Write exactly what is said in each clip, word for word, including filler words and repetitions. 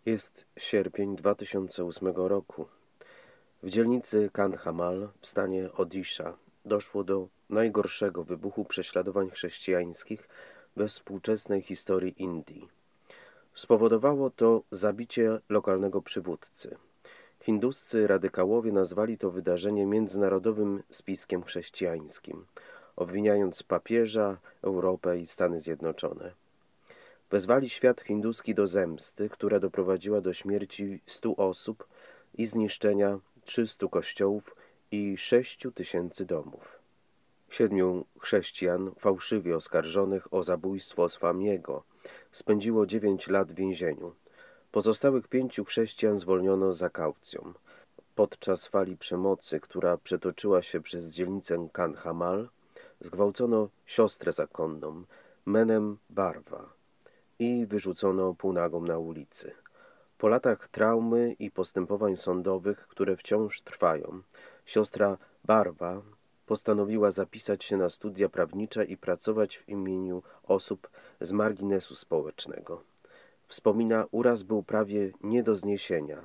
Jest sierpień dwa tysiące ósmego roku. W dzielnicy Kandhamal w stanie Odisha doszło do najgorszego wybuchu prześladowań chrześcijańskich we współczesnej historii Indii. Spowodowało to zabicie lokalnego przywódcy. Hinduscy radykałowie nazwali to wydarzenie międzynarodowym spiskiem chrześcijańskim, obwiniając papieża, Europę i Stany Zjednoczone. Wezwali świat hinduski do zemsty, która doprowadziła do śmierci stu osób i zniszczenia trzystu kościołów i sześciu tysięcy domów. Siedmiu chrześcijan fałszywie oskarżonych o zabójstwo Swamiego spędziło dziewięć lat w więzieniu. Pozostałych pięciu chrześcijan zwolniono za kaucją. Podczas fali przemocy, która przetoczyła się przez dzielnicę Kandhamal, zgwałcono siostrę zakonną, Menem Barwa, i wyrzucono półnagą na ulicy. Po latach traumy i postępowań sądowych, które wciąż trwają, siostra Barwa postanowiła zapisać się na studia prawnicze i pracować w imieniu osób z marginesu społecznego. Wspomina, uraz był prawie nie do zniesienia.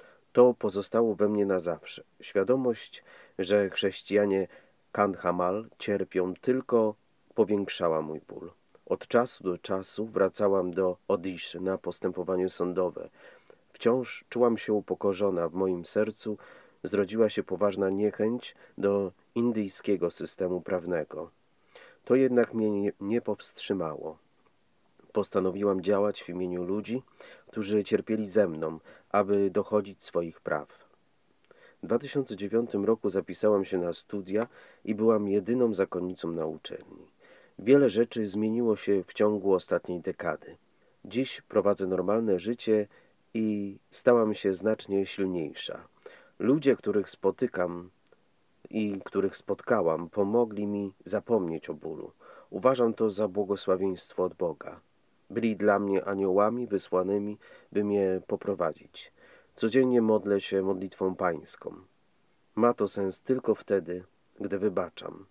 To pozostało we mnie na zawsze. Świadomość, że chrześcijanie Kandhamal cierpią, tylko powiększała mój ból. Od czasu do czasu wracałam do Odiszy na postępowanie sądowe. Wciąż czułam się upokorzona. W moim sercu zrodziła się poważna niechęć do indyjskiego systemu prawnego. To jednak mnie nie, nie powstrzymało. Postanowiłam działać w imieniu ludzi, którzy cierpieli ze mną, aby dochodzić swoich praw. W dwa tysiące dziewiątym roku zapisałam się na studia i byłam jedyną zakonnicą na uczelni. Wiele rzeczy zmieniło się w ciągu ostatniej dekady. Dziś prowadzę normalne życie i stałam się znacznie silniejsza. Ludzie, których spotykam i których spotkałam, pomogli mi zapomnieć o bólu. Uważam to za błogosławieństwo od Boga. Byli dla mnie aniołami wysłanymi, by mnie poprowadzić. Codziennie modlę się modlitwą pańską. Ma to sens tylko wtedy, gdy wybaczam.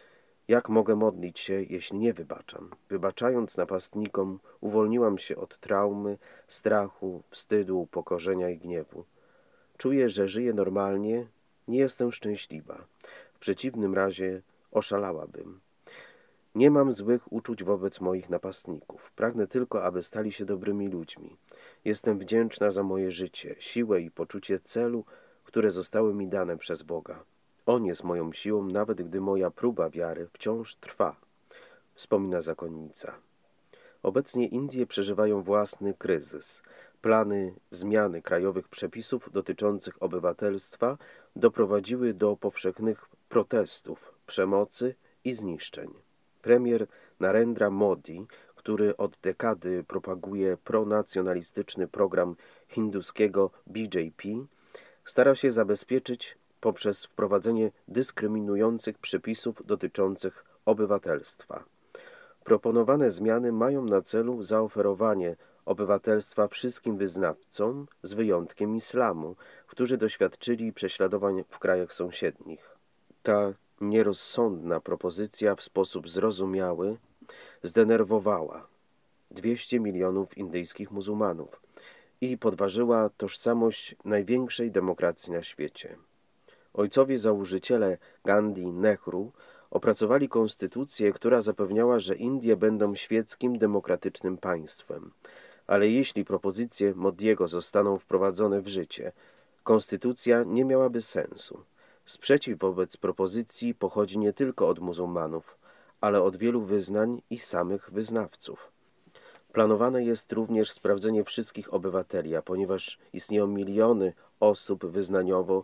Jak mogę modlić się, jeśli nie wybaczam? Wybaczając napastnikom, uwolniłam się od traumy, strachu, wstydu, upokorzenia i gniewu. Czuję, że żyję normalnie, nie jestem szczęśliwa. W przeciwnym razie oszalałabym. Nie mam złych uczuć wobec moich napastników. Pragnę tylko, aby stali się dobrymi ludźmi. Jestem wdzięczna za moje życie, siłę i poczucie celu, które zostały mi dane przez Boga. On jest moją siłą, nawet gdy moja próba wiary wciąż trwa, wspomina zakonnica. Obecnie Indie przeżywają własny kryzys. Plany zmiany krajowych przepisów dotyczących obywatelstwa doprowadziły do powszechnych protestów, przemocy i zniszczeń. Premier Narendra Modi, który od dekady propaguje pronacjonalistyczny program hinduskiego B J P, stara się zabezpieczyć poprzez wprowadzenie dyskryminujących przepisów dotyczących obywatelstwa. Proponowane zmiany mają na celu zaoferowanie obywatelstwa wszystkim wyznawcom, z wyjątkiem islamu, którzy doświadczyli prześladowań w krajach sąsiednich. Ta nierozsądna propozycja w sposób zrozumiały zdenerwowała dwieście milionów indyjskich muzułmanów i podważyła tożsamość największej demokracji na świecie. Ojcowie założyciele Gandhi i Nehru opracowali konstytucję, która zapewniała, że Indie będą świeckim, demokratycznym państwem. Ale jeśli propozycje Modiego zostaną wprowadzone w życie, konstytucja nie miałaby sensu. Sprzeciw wobec propozycji pochodzi nie tylko od muzułmanów, ale od wielu wyznań i samych wyznawców. Planowane jest również sprawdzenie wszystkich obywateli, a ponieważ istnieją miliony osób wyznaniowo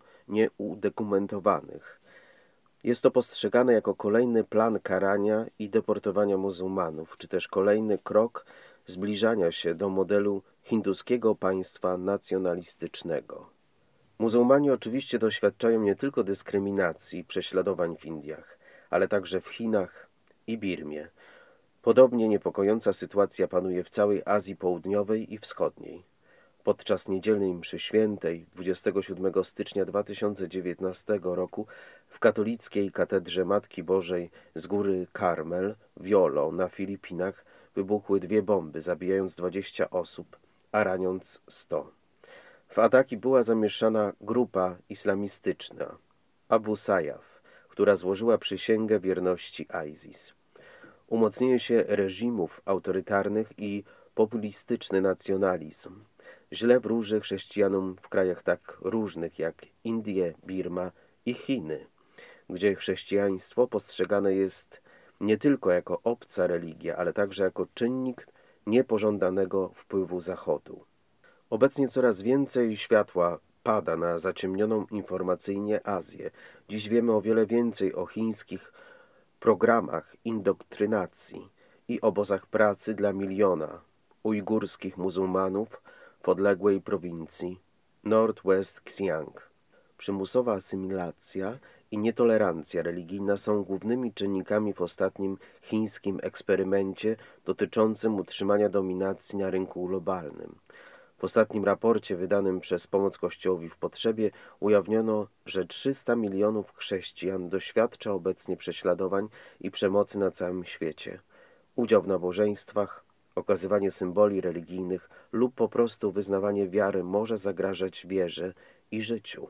nieudokumentowanych, jest to postrzegane jako kolejny plan karania i deportowania muzułmanów, czy też kolejny krok zbliżania się do modelu hinduskiego państwa nacjonalistycznego. Muzułmanie oczywiście doświadczają nie tylko dyskryminacji i prześladowań w Indiach, ale także w Chinach i Birmie. Podobnie niepokojąca sytuacja panuje w całej Azji Południowej i Wschodniej. Podczas niedzielnej mszy świętej dwudziestego siódmego stycznia dwa tysiące dziewiętnastego roku w katolickiej katedrze Matki Bożej z góry Karmel w Jolo na Filipinach wybuchły dwie bomby, zabijając dwadzieścia osób a raniąc sto. W ataki była zamieszana grupa islamistyczna Abu Sayyaf, która złożyła przysięgę wierności ISIS. Umocnienie się reżimów autorytarnych i populistyczny nacjonalizm źle wróży chrześcijanom w krajach tak różnych jak Indie, Birma i Chiny, gdzie chrześcijaństwo postrzegane jest nie tylko jako obca religia, ale także jako czynnik niepożądanego wpływu Zachodu. Obecnie coraz więcej światła pada na zaciemnioną informacyjnie Azję. Dziś wiemy o wiele więcej o chińskich programach indoktrynacji i obozach pracy dla miliona ujgurskich muzułmanów w odległej prowincji Northwest Xiang. Przymusowa asymilacja i nietolerancja religijna są głównymi czynnikami w ostatnim chińskim eksperymencie dotyczącym utrzymania dominacji na rynku globalnym. W ostatnim raporcie wydanym przez Pomoc Kościołowi w Potrzebie ujawniono, że trzysta milionów chrześcijan doświadcza obecnie prześladowań i przemocy na całym świecie. Udział w nabożeństwach, okazywanie symboli religijnych lub po prostu wyznawanie wiary może zagrażać wierze i życiu.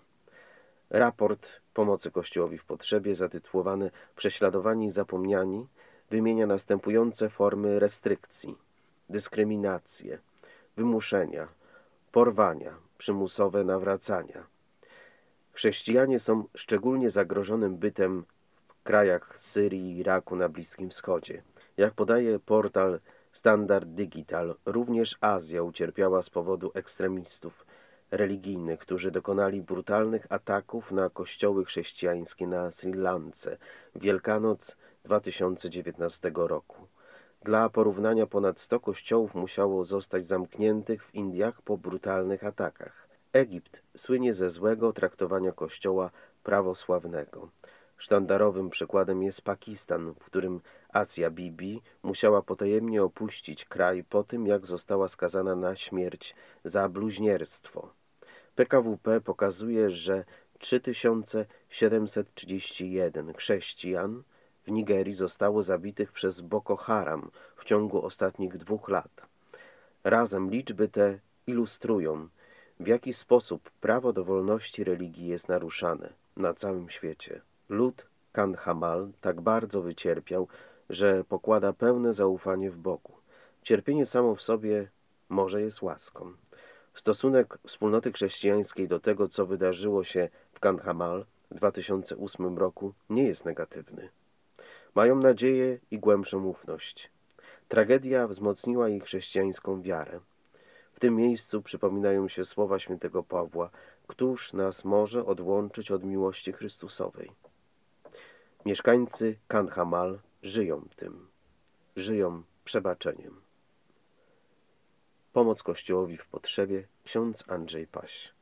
Raport Pomocy Kościołowi w Potrzebie, zatytułowany Prześladowani i zapomniani, wymienia następujące formy restrykcji: dyskryminację, wymuszenia, porwania, przymusowe nawracania. Chrześcijanie są szczególnie zagrożonym bytem w krajach Syrii i Iraku na Bliskim Wschodzie. Jak podaje portal Standard Digital, również Azja ucierpiała z powodu ekstremistów religijnych, którzy dokonali brutalnych ataków na kościoły chrześcijańskie na Sri Lance w Wielkanoc dwa tysiące dziewiętnastego roku. Dla porównania ponad sto kościołów musiało zostać zamkniętych w Indiach po brutalnych atakach. Egipt słynie ze złego traktowania kościoła prawosławnego. Sztandarowym przykładem jest Pakistan, w którym Asia Bibi musiała potajemnie opuścić kraj po tym, jak została skazana na śmierć za bluźnierstwo. P K W P pokazuje, że trzy tysiące siedemset trzydzieści jeden chrześcijan w Nigerii zostało zabitych przez Boko Haram w ciągu ostatnich dwóch lat. Razem liczby te ilustrują, w jaki sposób prawo do wolności religii jest naruszane na całym świecie. Lud Kandhamal tak bardzo wycierpiał, że pokłada pełne zaufanie w Bogu. Cierpienie samo w sobie może jest łaską. Stosunek wspólnoty chrześcijańskiej do tego, co wydarzyło się w Kandhamal w dwa tysiące ósmym roku, nie jest negatywny. Mają nadzieję i głębszą ufność. Tragedia wzmocniła ich chrześcijańską wiarę. W tym miejscu przypominają się słowa świętego Pawła: któż nas może odłączyć od miłości Chrystusowej? Mieszkańcy Kandhamal żyją tym. Żyją przebaczeniem. Pomoc Kościołowi w Potrzebie, ksiądz Andrzej Paś.